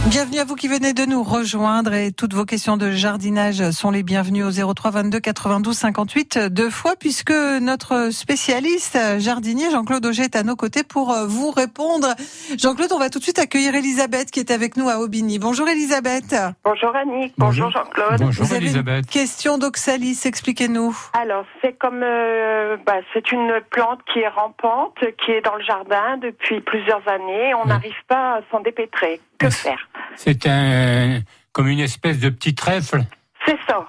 Bienvenue à vous qui venez de nous rejoindre et toutes vos questions de jardinage sont les bienvenues au 03 22 92 58 deux fois puisque notre spécialiste jardinier Jean-Claude Auger est à nos côtés pour vous répondre. Jean-Claude, on va tout de suite accueillir Elisabeth qui est avec nous à Aubigny. Bonjour Elisabeth. Bonjour Annick, bonjour Jean-Claude. Bonjour vous avez Elisabeth. Une question d'oxalis, expliquez-nous. Alors c'est comme c'est une plante qui est rampante, qui est dans le jardin depuis plusieurs années. On n'arrive pas à s'en dépêtrer. Que faire? C'est comme une espèce de petit trèfle. C'est ça.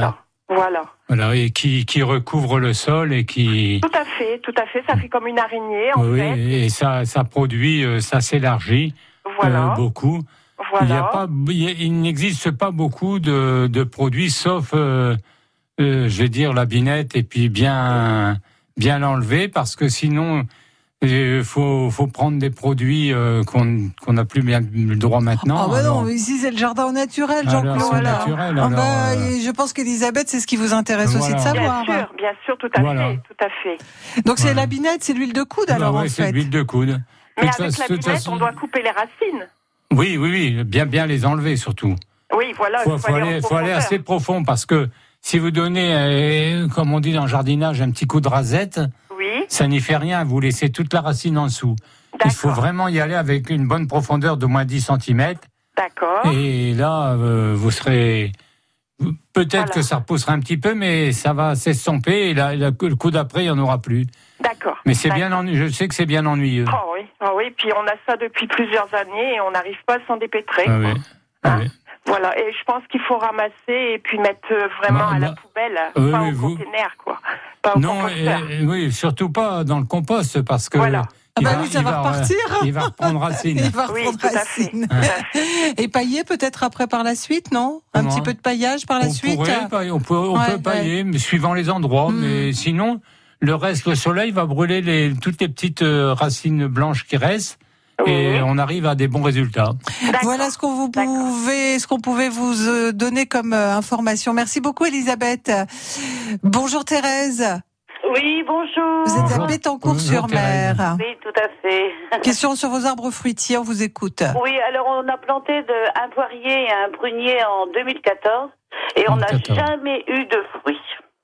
Voilà, et qui recouvre le sol et qui... Tout à fait, ça fait comme une araignée en fait. Oui, et ça produit, ça s'élargit beaucoup. Voilà. Il n'existe pas beaucoup de produits, sauf, je vais dire, la binette, et puis bien l'enlever, parce que sinon... Il faut prendre des produits qu'on n'a plus bien le droit maintenant. Ah bah non, ici c'est le jardin au naturel, Jean-Claude. Je pense qu'Elisabeth, c'est ce qui vous intéresse aussi de savoir. Bien sûr, tout à fait. Donc c'est la binette, c'est l'huile de coude alors en fait. C'est l'huile de coude. Mais avec la binette, on doit couper les racines. Oui, bien les enlever surtout. Oui, voilà. Faut aller assez profond parce que si vous donnez, comme on dit dans le jardinage, un petit coup de rasette. Ça n'y fait rien, vous laissez toute la racine en dessous. D'accord. Il faut vraiment y aller avec une bonne profondeur d'au moins 10 cm. D'accord. Et là, vous serez... Peut-être que ça repoussera un petit peu, mais ça va s'estomper et le coup d'après, il n'y en aura plus. D'accord. Mais c'est bien ennuyeux, je sais que c'est bien ennuyeux. Oui, puis on a ça depuis plusieurs années et on n'arrive pas à s'en dépêtrer. Oui. Voilà, et je pense qu'il faut ramasser et puis mettre vraiment à la poubelle, pas au conteneur, quoi. Pas au composteur. Oui, surtout pas dans le compost, parce que... Voilà. Ça va repartir. Il va reprendre racine. Racine. Et pailler peut-être après par la suite, non? Un petit peu de paillage par la suite. On peut pailler, mais suivant les endroits, mais sinon, le reste, le soleil va brûler toutes les petites racines blanches qui restent. Et on arrive à des bons résultats. Voilà ce qu'on pouvait vous donner comme information. Merci beaucoup Elisabeth. Bonjour Thérèse. Oui, bonjour. Vous êtes à Béthencourt-sur-Mer. Oui, tout à fait. Question sur vos arbres fruitiers, on vous écoute. Oui, alors on a planté un poirier et un prunier en 2014 et on n'a jamais eu de fruits.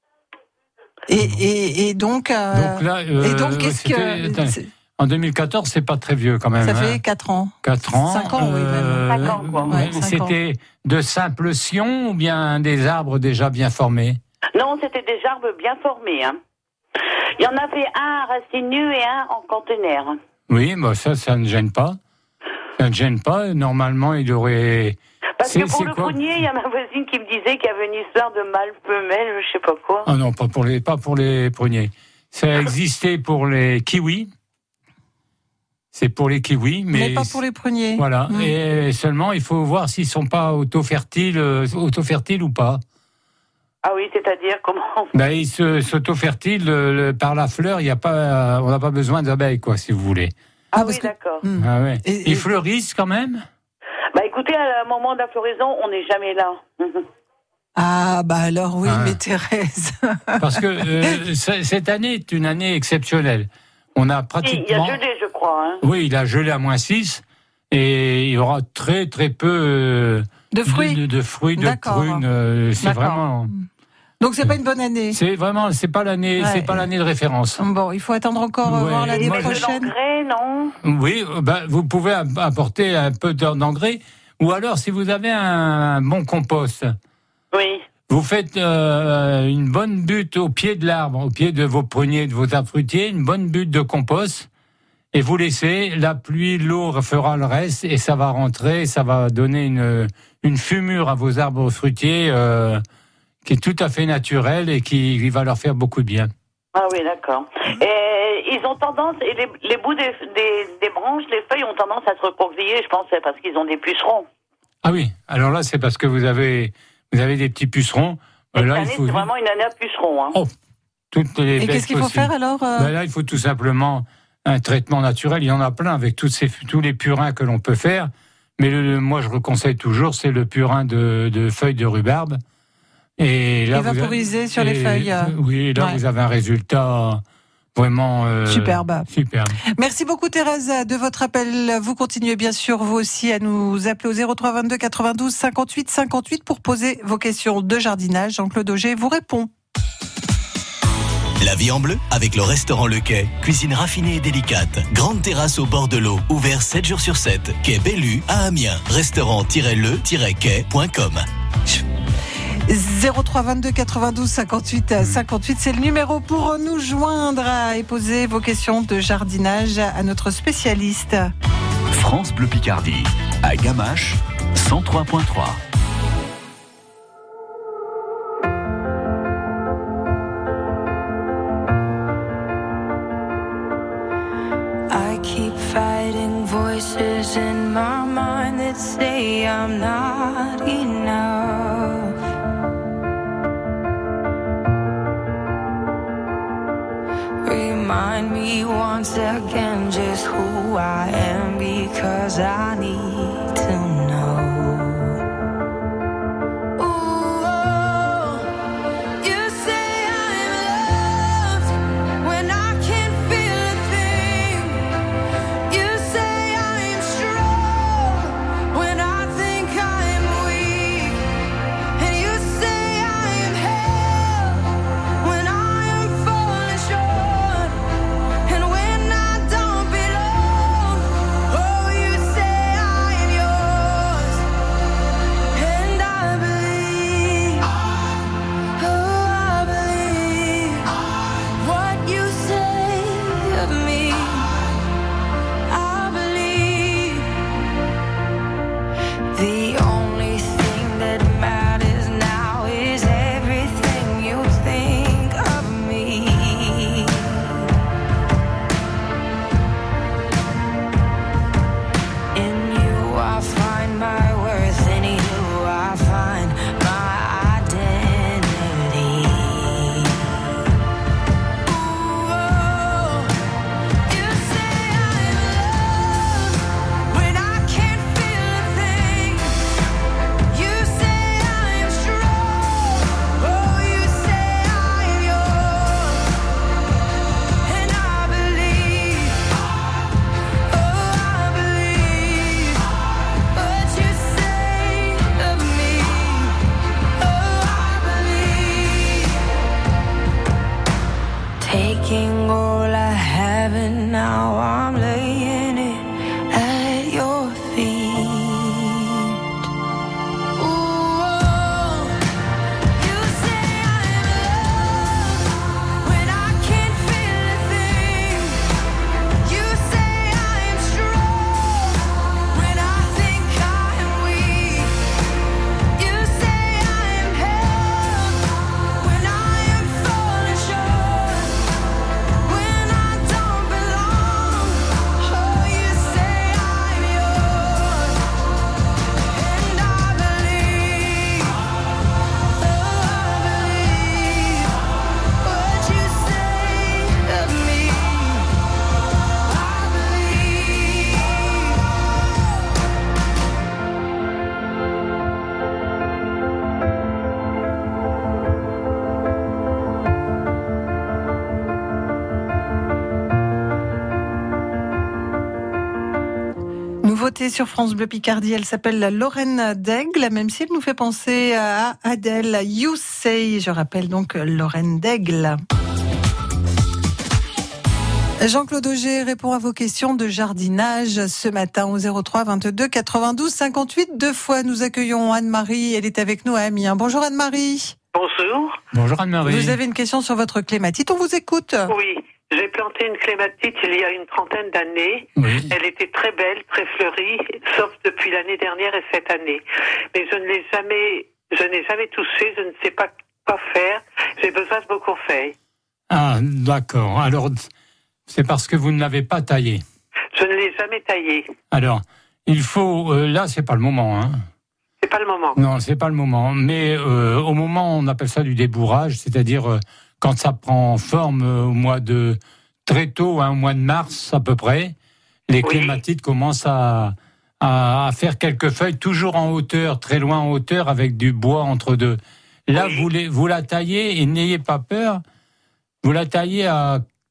Et donc qu'est-ce que... En 2014, c'est pas très vieux quand même. Ça fait 4 ans. 4 ans. 5 ans, oui, même. 5 ans, quoi. C'était de simples sions ou bien des arbres déjà bien formés? Non, c'était des arbres bien formés. Il y en avait un à racines nues et un en conteneur. Oui, ça ne gêne pas. Ça ne gêne pas. Normalement, il aurait... Parce que pour le prunier, il y a ma voisine qui me disait qu'il y avait une histoire de mâle femelle, je sais pas quoi. Ah non, pas pour les pruniers. Ça existait pour les kiwis. C'est pour les kiwis, mais pas pour les pruniers. Voilà. Et seulement, il faut voir s'ils sont pas auto-fertiles ou pas. Ah oui, c'est-à-dire comment? Ils s'auto-fertilent par la fleur. On n'a pas besoin d'abeilles, quoi, si vous voulez. D'accord. Ah ouais. Ils fleurissent quand même? Écoutez, à un moment de la floraison, on n'est jamais là. Alors oui, mais Thérèse. Parce que cette année est une année exceptionnelle. On a pratiquement... Il a gelé, je crois. Oui, il a gelé à -6 et il y aura très très peu de fruits, de prunes. C'est vraiment... Donc c'est pas une bonne année. C'est pas l'année, c'est pas l'année de référence. Bon, il faut attendre encore voir l'année prochaine. L'engrais, non? Oui, vous pouvez apporter un peu d'engrais, ou alors si vous avez un bon compost. Oui. Vous faites une bonne butte au pied de l'arbre, au pied de vos pruniers, de vos arbres fruitiers, une bonne butte de compost, et vous laissez, la pluie, l'eau fera le reste, et ça va rentrer, ça va donner une fumure à vos arbres fruitiers qui est tout à fait naturelle et qui va leur faire beaucoup de bien. Ah oui, d'accord. Et ils ont tendance, et les bouts des branches, les feuilles ont tendance à se recroqueviller, je pense, parce qu'ils ont des pucerons. Ah oui, alors là, c'est parce que vous avez des petits pucerons. Cette année, c'est vraiment une année à pucerons. Et qu'est-ce qu'il faut faire alors Là, il faut tout simplement un traitement naturel. Il y en a plein avec tous les purins que l'on peut faire. Mais moi, je le conseille toujours, c'est le purin de feuilles de rhubarbe. Et là, évaporiser sur les feuilles. Oui, là, vous avez un résultat vraiment superbe. Merci beaucoup Thérèse de votre appel. Vous continuez bien sûr vous aussi à nous appeler au 03 22 92 58 58 pour poser vos questions de jardinage. Jean-Claude Auger vous répond. La vie en bleu avec le restaurant Le Quai. Cuisine raffinée et délicate. Grande terrasse au bord de l'eau. Ouvert 7 jours sur 7. Quai Bellu à Amiens. Restaurant-le-quai.com. 03 22 92 58 58, c'est le numéro pour nous joindre et poser vos questions de jardinage à notre spécialiste. France Bleu Picardie, à Gamache, 103.3. I keep fighting voices in my mind that say I'm not enough. Remind me once again just who I am, because I need to know. Ooh, you say I'm loved when I can't feel a thing. You say I'm strong when I think I'm weak. And you say I am held when I am falling short. And when I don't belong, oh, you say I am yours. And I believe, oh, I believe what you say of me. I believe the only thing that matters now is everything you think of me. In you I find my worth, in you I find my identity. Ooh, you say I'm loved when I can't feel a thing. You say I'm strong, oh, you say I'm yours. And I believe, oh, I believe what you say of me. Oh, I believe. Taking all I have and now I'm laying it at your feet. Ooh, you say I'm loved when I can't feel a thing. You say I'm strong when I think I'm weak. You say I'm held when I am falling short. When I don't belong, oh, you say I'm yours. And I believe, oh, I believe what you say of me. I believe. Nouveauté sur France Bleu Picardie, elle s'appelle la Lorraine d'Aigle, même si elle nous fait penser à Adèle. You Say, je rappelle donc Lorraine d'Aigle. Jean-Claude Auger répond à vos questions de jardinage ce matin au 03 22 92 58. Deux fois, nous accueillons Anne-Marie. Elle est avec nous à Amiens. Bonjour Anne-Marie. Bonjour. Bonjour Anne-Marie. Vous avez une question sur votre clématite, on vous écoute. Oui, j'ai planté une clématite il y a une trentaine d'années. Oui. Elle était très belle, très fleurie, sauf depuis l'année dernière et cette année. Mais je n'ai jamais touché, je ne sais pas quoi faire. J'ai besoin de vos conseils. Ah, d'accord. Alors, c'est parce que vous ne l'avez pas taillé. Je ne l'ai jamais taillée. Alors, il faut... là, c'est pas le moment, hein. C'est pas le moment. Non, c'est pas le moment. Mais au moment, on appelle ça du débourrage, c'est-à-dire quand ça prend forme au mois de... très tôt, au mois de mars à peu près, les clématites commencent à faire quelques feuilles, toujours en hauteur, très loin en hauteur, avec du bois entre deux. Là, vous la taillez et n'ayez pas peur. Vous la taillez à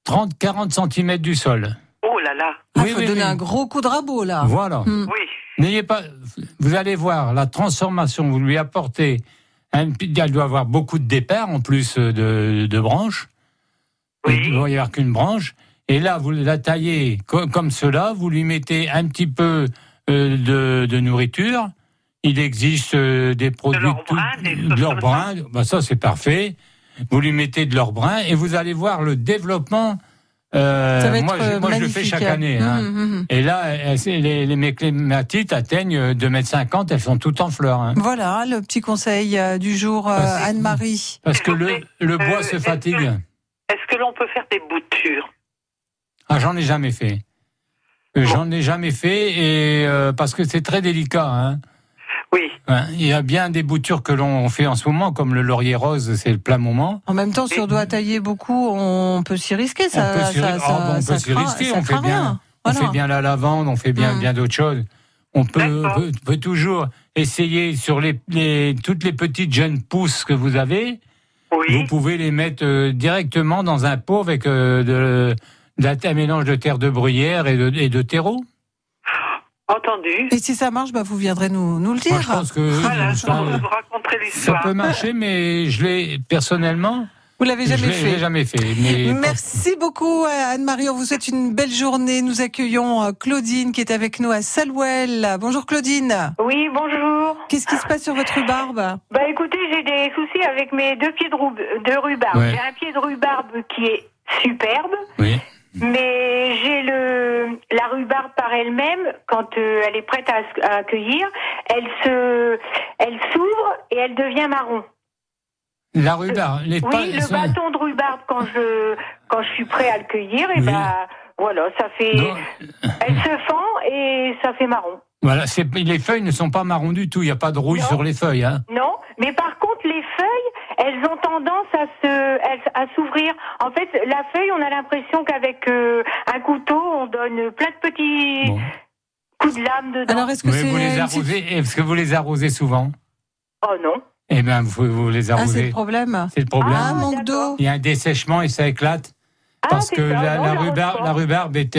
30-40 cm du sol. Oh là là. Il faut donner un gros coup de rabot, là. Voilà. Oui. N'ayez pas. Vous allez voir la transformation. Vous lui apportez. Elle doit avoir beaucoup de départs en plus de branches. Oui. Il ne doit y avoir qu'une branche. Et là, vous la taillez comme cela. Vous lui mettez un petit peu de nourriture. Il existe des produits de leur brun. Ben ça, c'est parfait. Vous lui mettez de leur brun et vous allez voir le développement. Ça va être moi, je le fais chaque année. Hein. Et là, mes clématites atteignent 2,50 m. Elles sont toutes en fleurs. Hein. Voilà, le petit conseil du jour, Anne-Marie. Parce que le bois se fatigue. Est-ce que l'on peut faire des boutures? Ah, j'en ai jamais fait. J'en ai jamais fait et parce que c'est très délicat. Hein. Oui. Il y a bien des boutures que l'on fait en ce moment, comme le laurier rose, c'est le plein moment. En même temps, si on doit tailler beaucoup, on peut s'y risquer. On peut s'y risquer. On fait bien la lavande, on fait bien d'autres choses. On peut toujours essayer sur toutes les petites jeunes pousses que vous avez. Oui. Vous pouvez les mettre directement dans un pot avec un mélange de terre de bruyère et de terreau. Entendu. Et si ça marche, vous viendrez nous le dire. Moi, je pense que voilà, je vous raconterai l'histoire. Ça peut marcher, mais je l'ai personnellement. Vous l'avez jamais fait. Je l'ai jamais fait. Mais merci beaucoup Anne-Marie. On vous souhaite une belle journée. Nous accueillons Claudine qui est avec nous à Salouel. Bonjour Claudine. Oui, bonjour. Qu'est-ce qui se passe sur votre rhubarbe? Écoutez, j'ai des soucis avec mes 2 pieds de rhubarbe. Ouais. J'ai un pied de rhubarbe qui est superbe. oui. Mais j'ai la rhubarbe par elle-même, quand elle est prête à accueillir, elle s'ouvre et elle devient marron. La rhubarbe, le bâton de rhubarbe quand je suis prêt à le cueillir, et voilà, ça fait, elle se fend et ça fait marron. Voilà, les feuilles ne sont pas marron du tout. Il n'y a pas de rouille sur les feuilles, hein. Non, mais par contre les feuilles, elles ont tendance à s'ouvrir. En fait, la feuille, on a l'impression qu'avec un couteau, on donne plein de petits coups de lame dedans. Alors, est-ce que est-ce que vous les arrosez souvent? Oh non. Eh bien, vous les arrosez. Ah, c'est le problème. C'est le problème. Ah, manque d'eau. Il y a un dessèchement et ça éclate. Parce que la rhubarbe est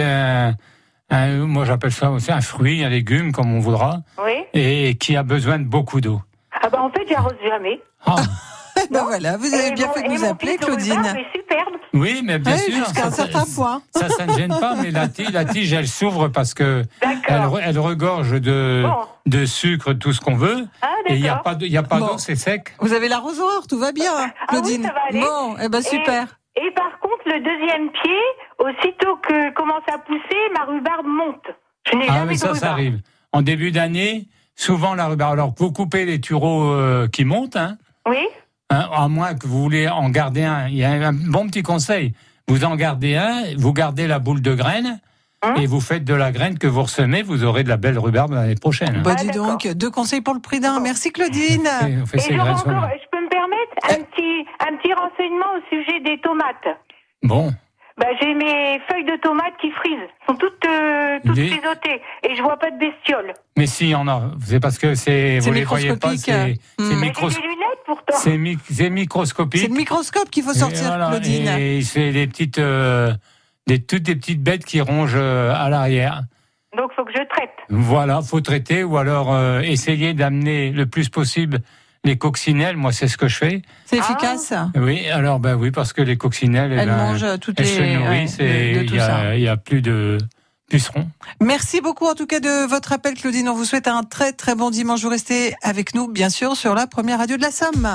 moi j'appelle ça aussi un fruit, un légume, comme on voudra. Oui. Et qui a besoin de beaucoup d'eau. En fait, j'arrose jamais. Ah. Voilà, vous avez bien fait de nous appeler, Claudine. C'est superbe. Oui, mais bien sûr. Jusqu'à un certain point. Ça ne gêne pas, mais la tige, elle s'ouvre parce que elle regorge de sucre, tout ce qu'on veut. Ah, et il n'y a pas d'eau, c'est sec. Vous avez l'arrosoir, tout va bien, Claudine. Ah oui, ça va aller. Bon, super. Et par contre, le deuxième pied, aussitôt que commence à pousser, ma rhubarbe monte. Je n'ai jamais de rhubarbe. Ça arrive. En début d'année, souvent la rhubarbe. Alors, vous coupez les tureaux qui montent, hein. Oui. À moins que vous voulez en garder un. Il y a un bon petit conseil. Vous en gardez un, vous gardez la boule de graines, et vous faites de la graine que vous ressemez, vous aurez de la belle rhubarbe l'année prochaine. Dis donc, 2 conseils pour le prix d'un. Merci Claudine. Et je peux me permettre un petit renseignement au sujet des tomates. Bon. J'ai mes feuilles de tomates qui frisent. Elles sont toutes frisotées. Et je vois pas de bestioles. Mais si, il y en a. C'est parce que vous les voyez pas. C'est microscopique. J'ai des lunettes pourtant. C'est microscopique. C'est le microscope qu'il faut sortir, Claudine. Et c'est des petites bêtes qui rongent à l'arrière. Donc, faut que je traite. Voilà, faut traiter ou alors essayer d'amener le plus possible les coccinelles. Moi, c'est ce que je fais. C'est efficace. Oui, alors oui, parce que les coccinelles, elles mangent elles se nourrissent et il y a plus de pucerons. Merci beaucoup en tout cas de votre appel, Claudine. On vous souhaite un très très bon dimanche. Vous restez avec nous, bien sûr, sur la première radio de la Somme.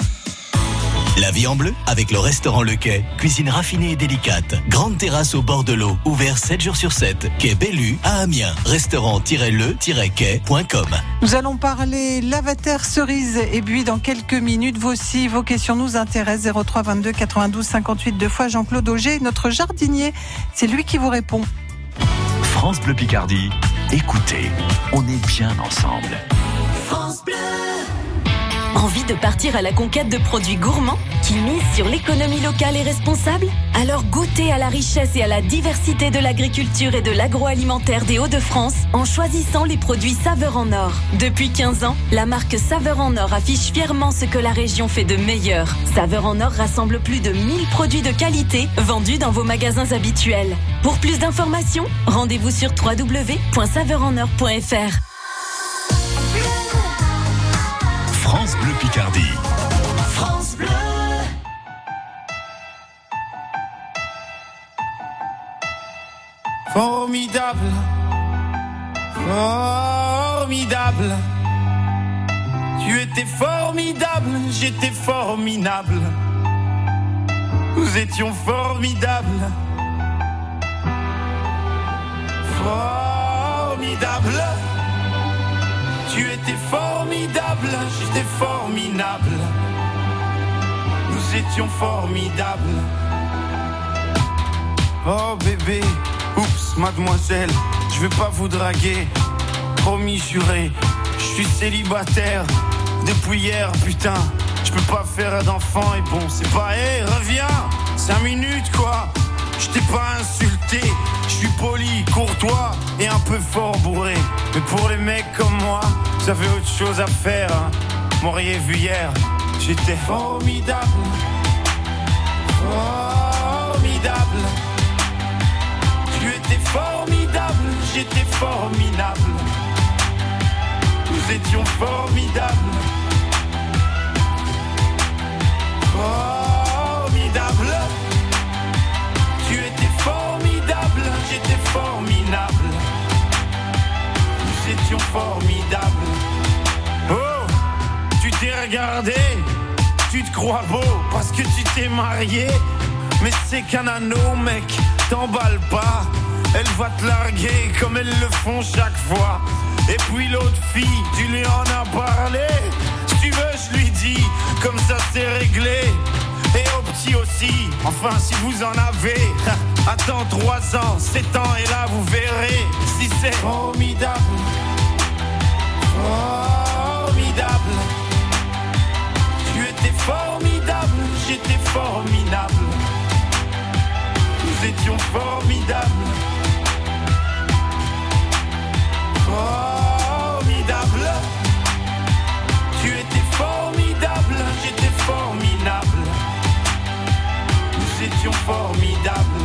La vie en bleu avec le restaurant Le Quai. Cuisine raffinée et délicate. Grande terrasse au bord de l'eau. Ouvert 7 jours sur 7. Quai Bellu à Amiens. Restaurant-le-quai.com. Nous allons parler lavater, cerise et buis dans quelques minutes. Vous aussi, vos questions nous intéressent. 03 22 92 58 2 fois Jean-Claude Auger, notre jardinier. C'est lui qui vous répond. France Bleu Picardie. Écoutez, on est bien ensemble. France Bleu. Envie de partir à la conquête de produits gourmands qui misent sur l'économie locale et responsable? Alors goûtez à la richesse et à la diversité de l'agriculture et de l'agroalimentaire des Hauts-de-France en choisissant les produits Saveur en Or. Depuis 15 ans, la marque Saveur en Or affiche fièrement ce que la région fait de meilleur. Saveur en Or rassemble plus de 1000 produits de qualité vendus dans vos magasins habituels. Pour plus d'informations, rendez-vous sur www.saveurenor.fr. France Bleu Picardie. France Bleu. Formidable, formidable. Tu étais formidable, j'étais formidable. Nous étions formidables. Formidable. Tu étais formidable, j'étais formidable. Nous étions formidables. Oh bébé, oups, mademoiselle, je vais pas vous draguer. Promis, juré, je suis célibataire depuis hier, putain. Je peux pas faire d'enfant et bon, c'est pas, hé, reviens, 5 minutes quoi. Je t'ai pas insulté, je suis poli, courtois et un peu fort bourré. Mais pour les mecs comme moi, vous avez autre chose à faire, hein. M'auriez vu hier, j'étais formidable. Formidable. Tu étais formidable, j'étais formidable. Nous étions formidables. Formidable. Tu étais formidable, j'étais formidable. Nous étions formidables. Oh, tu t'es regardé, tu te crois beau parce que tu t'es marié. Mais c'est qu'un anneau, mec, t'emballe pas. Elle va te larguer comme elles le font chaque fois. Et puis l'autre fille, tu lui en as parlé. Si tu veux, je lui dis, comme ça c'est réglé. Et au petit aussi, enfin si vous en avez. Attends 3 ans, 7 ans et là vous verrez si c'est formidable. Formidable. Tu étais formidable, j'étais formidable. Nous étions formidables. Formidable. Tu étais formidable, j'étais formidable. Nous étions formidables.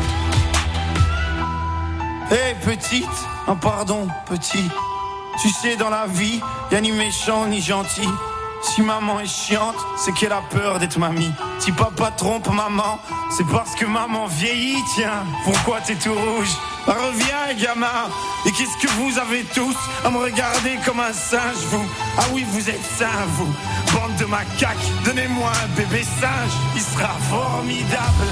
Hé petite, oh pardon petit. Tu sais dans la vie, y'a ni méchant ni gentil. Si maman est chiante, c'est qu'elle a peur d'être mamie. Si papa trompe maman, c'est parce que maman vieillit. Tiens, pourquoi t'es tout rouge? Reviens gamin. Et qu'est-ce que vous avez tous à me regarder comme un singe vous? Ah oui vous êtes sains vous, bande de macaques. Donnez-moi un bébé singe, il sera formidable.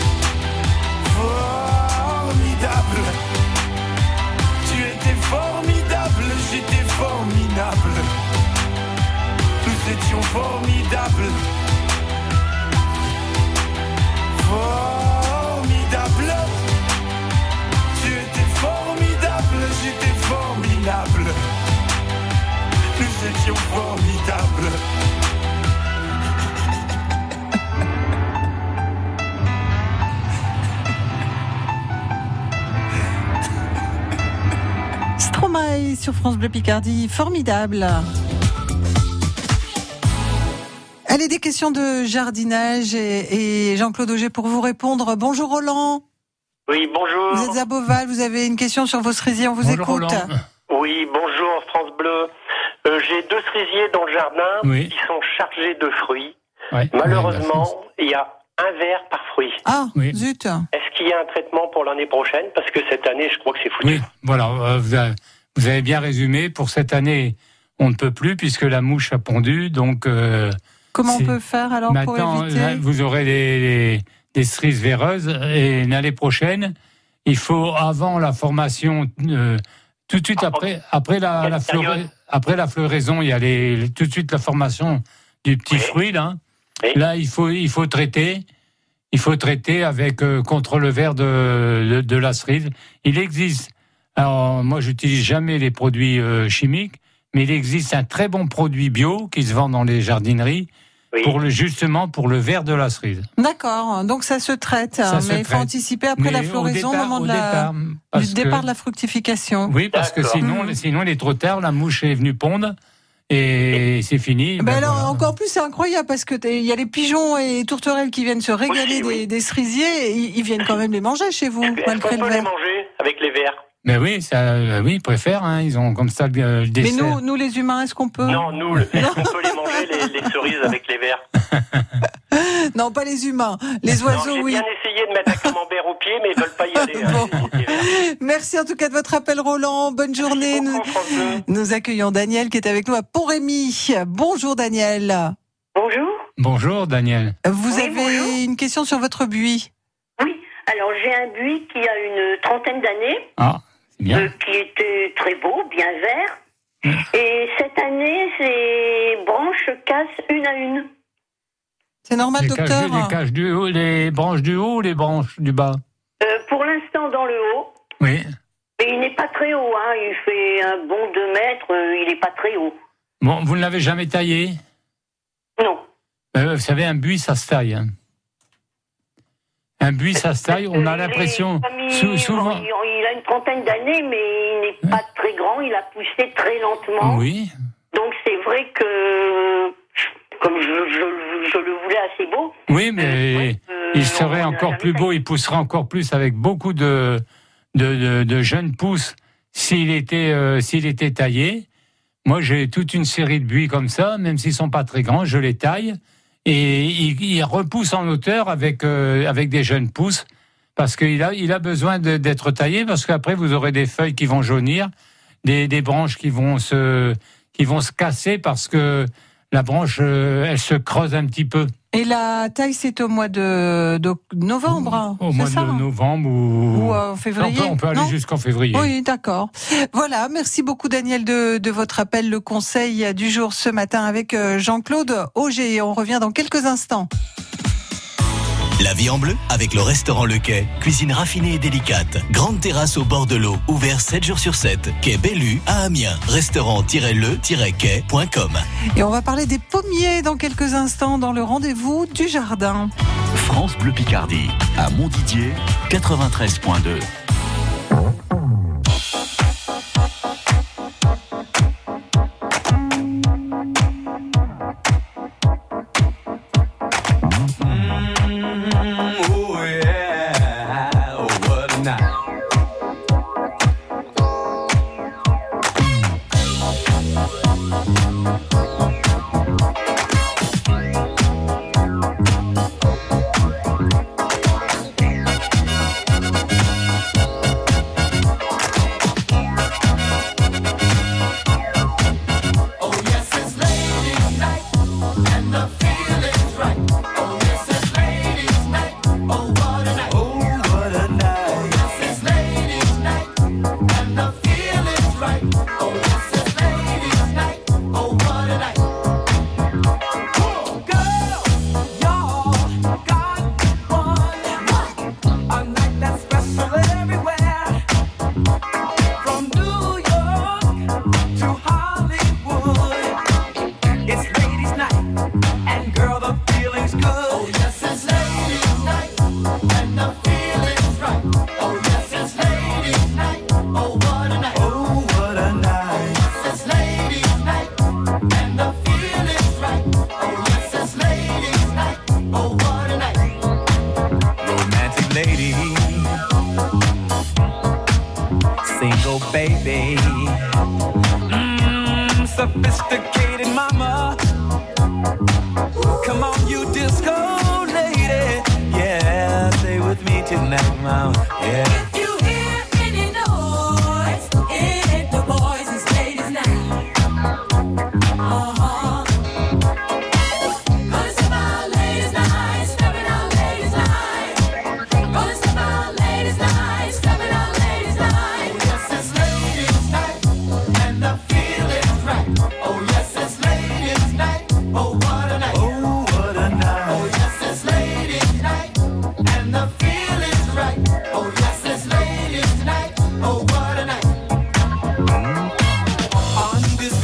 Formidable. Tu étais formidable, j'étais formidable. Nous étions formidables. Formidable. Tu étais formidable, j'étais formidable. Nous étions formidables. Stromae sur France Bleu Picardie, formidable. Allez, des questions de jardinage et Jean-Claude Auger pour vous répondre. Bonjour Roland. Oui, bonjour. Vous êtes à Beauval, vous avez une question sur vos cerisiers, on vous Bonjour, écoute. Roland. Oui, bonjour France Bleu. J'ai 2 cerisiers dans le jardin qui sont chargés de fruits. Ouais, Malheureusement, il y a un ver par fruit. Ah, zut. Est-ce qu'il y a un traitement pour l'année prochaine? Parce que cette année, je crois que c'est foutu. Oui, voilà, vous avez bien résumé. Pour cette année, on ne peut plus puisque la mouche a pondu. Donc, comment on peut faire alors pour éviter? Là, vous aurez des cerises véreuses et l'année prochaine, il faut avant la formation, tout de suite après la floraison, il y a tout de suite la formation du petit fruit là. Oui. Là, il faut traiter. Il faut traiter avec contre le ver de la cerise. Il existe. Alors moi, j'utilise jamais les produits chimiques, mais il existe un très bon produit bio qui se vend dans les jardineries justement pour le ver de la cerise. D'accord, donc ça se traite, mais il faut anticiper après la floraison, au moment du départ de la fructification. Oui, parce que sinon il est trop tard, la mouche est venue pondre. Et c'est fini. Alors, encore plus, c'est incroyable parce que il y a les pigeons et les tourterelles qui viennent se régaler des cerisiers. Ils viennent quand même les manger chez vous, malgré le ver. On peut les manger avec les vers. Mais oui, ils préfèrent. Ils ont comme ça le dessert. Mais nous, les humains, est-ce qu'on peut ? Non, nous, on peut les manger les cerises avec les vers. Non, pas les humains. Les oiseaux, oui. J'ai bien essayé de mettre un camembert au pied, mais ils veulent pas y aller. Merci en tout cas de votre appel, Roland. Bonne journée. Nous accueillons Daniel qui est avec nous à Pont-Rémy. Bonjour, Daniel. Bonjour. Bonjour, Daniel. Vous avez une question sur votre buis ? Oui. Alors, j'ai un buis qui a une 30aine d'années. Ah, c'est bien. Qui était très beau, bien vert. Et cette année, ces branches cassent une à une. C'est normal, docteur. Les branches du haut ou les branches du bas ? Pour l'instant, dans le haut. Oui. Mais il n'est pas très haut. Il fait un bon 2 mètres. Il n'est pas très haut. Bon, vous ne l'avez jamais taillé ? Non. Vous savez, un buis, ça se taille. Un buis, ça se taille. On a l'impression... souvent... Il a une 30aine d'années, mais il n'est pas très grand. Il a poussé très lentement. Oui. Donc, c'est vrai que... Comme je le voulais assez beau. Oui, mais il serait encore plus beau, il pousserait encore plus avec beaucoup de jeunes pousses s'il était taillé. Moi, j'ai toute une série de buis comme ça, même s'ils sont pas très grands, je les taille et ils repoussent en hauteur avec des jeunes pousses parce qu'il a besoin d'être taillé parce qu'après vous aurez des feuilles qui vont jaunir, des branches qui vont se casser parce que la branche, elle se creuse un petit peu. Et la taille, c'est au mois de novembre, au mois de novembre ou en février. On peut aller jusqu'en février. Oui, d'accord. Voilà, merci beaucoup Daniel de votre appel. Le conseil du jour ce matin avec Jean-Claude Auger. On revient dans quelques instants. La vie en bleu avec le restaurant Le Quai. Cuisine raffinée et délicate. Grande terrasse au bord de l'eau. Ouvert 7 jours sur 7. Quai Bellu à Amiens. Restaurant-le-quai.com. Et on va parler des pommiers dans quelques instants dans le rendez-vous du jardin. France Bleu Picardie à Montdidier 93.2. Sophisticated mama, come on you disco lady, yeah, stay with me tonight, mama, yeah. If you hear any noise, it ain't the boys, it's ladies night. Gonna step out ladies night, stepping out ladies night. Gonna step out ladies night, stepping out ladies night. Yes, it's ladies night, and the feeling's right. Oh yes, it's ladies night. Oh what a night. Oh what a night. Oh yes, it's ladies night, and the feeling's right. Oh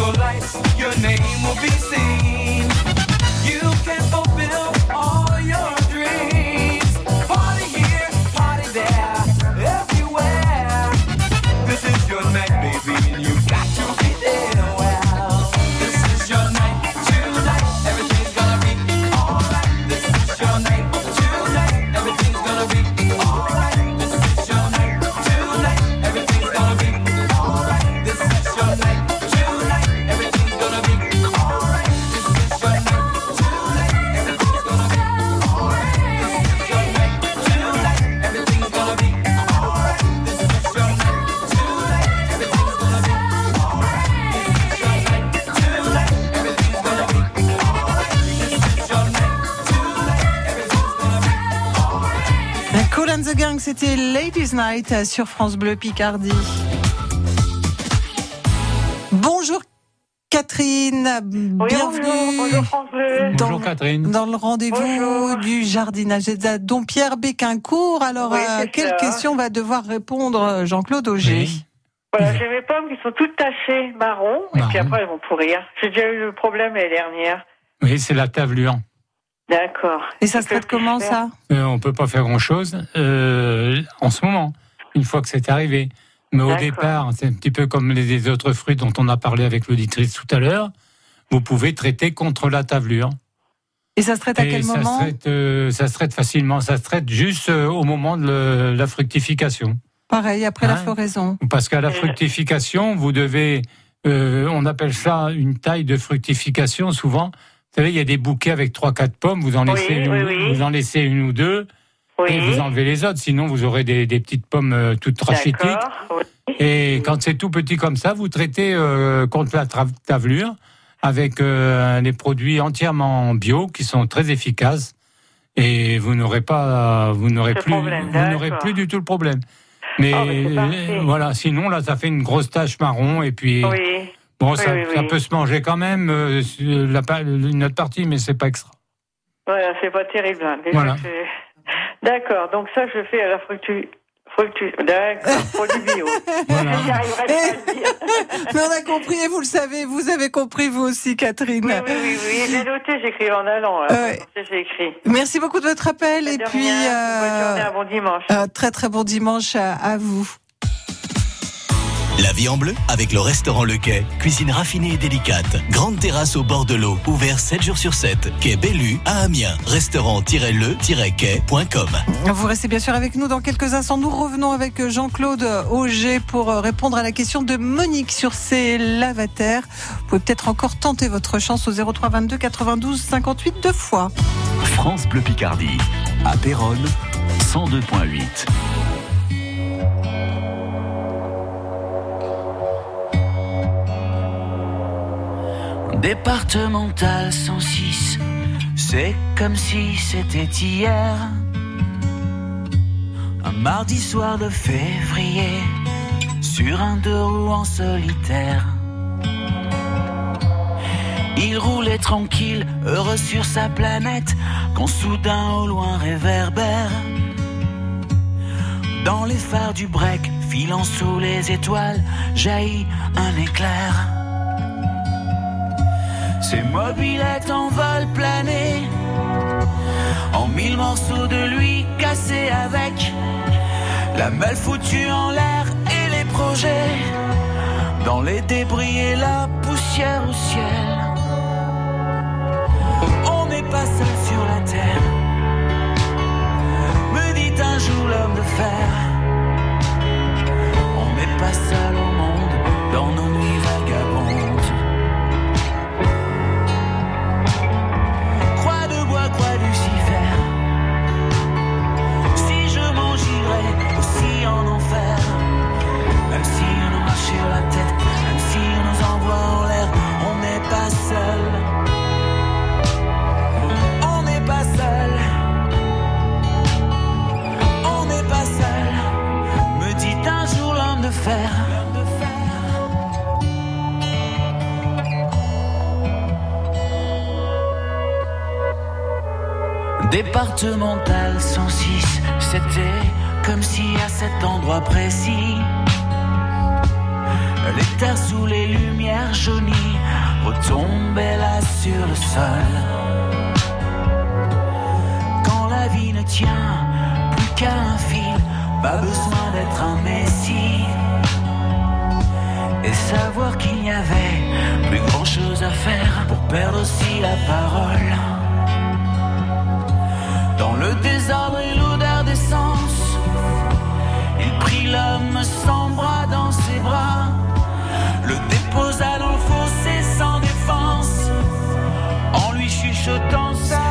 twinkle lights, your name will be seen. You can fulfill all your dreams. Party here, party there, everywhere. This is your night, baby, and you got to be there. Well, this is your night tonight. Everything's gonna be alright. This is your night tonight. Everything's gonna be alright. This is your night tonight. Everything's gonna be alright. This is your night tonight. Everything's gonna be alright. This is your night tonight. Everything's gonna be alright. This is your night tonight. Everything's gonna be alright. This is your night tonight. Everything's gonna be alright. This is your night tonight. Everything's gonna be alright. This is your night tonight. Everything's gonna be alright. Kool and the Gang, c'était Ladies Night sur France Bleu Picardie. Bonjour Catherine, bienvenue bonjour France Bleu. Bonjour Catherine. dans le rendez-vous Bonjour. du jardinage à Dompierre Béquincourt. Alors, Oui, à c'est quelle ça. question va devoir répondre Jean-Claude Auger? Oui. Voilà, j'ai mes pommes qui sont toutes tachées marron, et puis Marron. après elles vont pourrir. J'ai déjà eu le problème l'année dernière. Oui, c'est la tavelure. D'accord. Et ça se Que traite comment puis-je faire ça? On peut pas faire grand-chose en ce moment, une fois que c'est arrivé. Mais au D'accord. départ, c'est un petit peu comme les autres fruits dont on a parlé avec l'auditrice tout à l'heure. Vous pouvez traiter contre la tavelure. Et ça se traite à quel ça moment? ça se traite facilement. Ça se traite juste au moment de la fructification. Pareil, après la Hein? floraison. Parce qu'à la fructification, vous devez... on appelle ça une taille de fructification, souvent. Vous savez, il y a des bouquets avec 3-4 pommes. Vous en laissez, vous en laissez une ou deux. Oui. Et vous enlevez les autres, sinon vous aurez des petites pommes toutes rachitiques. D'accord. Oui. Et quand c'est tout petit comme ça, vous traitez contre la tavelure avec des produits entièrement bio qui sont très efficaces. Et vous n'aurez plus du tout le problème. Mais c'est parfait. voilà, sinon là, ça fait une grosse tache marron et puis Oui. bon, Oui, ça oui. peut se manger quand même une autre partie, mais c'est pas extra. Voilà, c'est pas terrible. Hein. Déjà, Voilà. D'accord, donc ça je fais à la D'accord, produit bio. Voilà. J'y arriverai pas à le dire. Mais on a compris, et vous le savez, vous avez compris vous aussi Catherine. Oui, j'ai noté, j'écris en allant. J'ai écrit. Merci beaucoup de votre appel et De puis rien. Bonne journée, un bon dimanche. très très bon dimanche à vous. La vie en bleu avec le restaurant Le Quai. Cuisine raffinée et délicate. Grande terrasse au bord de l'eau. Ouvert 7 jours sur 7. Quai Bellu à Amiens. Restaurant-le-quai.com. Vous restez bien sûr avec nous dans quelques instants. Nous revenons avec Jean-Claude Auger pour répondre à la question de Monique sur ses lavataires. Vous pouvez peut-être encore tenter votre chance au 03 22 92 58 deux fois. France Bleu Picardie, à Péronne, 102.8. Départemental 106, c'est comme si c'était hier. Un mardi soir de février, sur un deux roues en solitaire. Il roulait tranquille, heureux sur sa planète, quand soudain au loin réverbère. Dans les phares du break, filant sous les étoiles, jaillit un éclair. Ses mobylettes en vol plané, en 1000 morceaux de lui cassés avec la malle foutue en l'air et les projets dans les débris et la poussière au ciel. On n'est pas seul sur la terre, me dit un jour l'homme de fer. On n'est pas seul au monde dans nos nuits vagabondes. Quoi Lucifer, si je m'en j'irai aussi en enfer, même si on nous marche sur la tête, même si on nous envoie en l'air, on n'est pas seul, on n'est pas seul, on n'est pas seul, me dit un jour l'homme de fer. Départemental 106, c'était comme si à cet endroit précis, les terres sous les lumières jaunies tombait là sur le sol. Quand la vie ne tient plus qu'à un fil, pas besoin d'être un messie, et savoir qu'il n'y avait plus grand chose à faire pour perdre aussi la parole. Dans le désordre et l'odeur d'essence, il prit l'homme sans bras dans ses bras, le déposa dans le fossé sans défense, en lui chuchotant ça.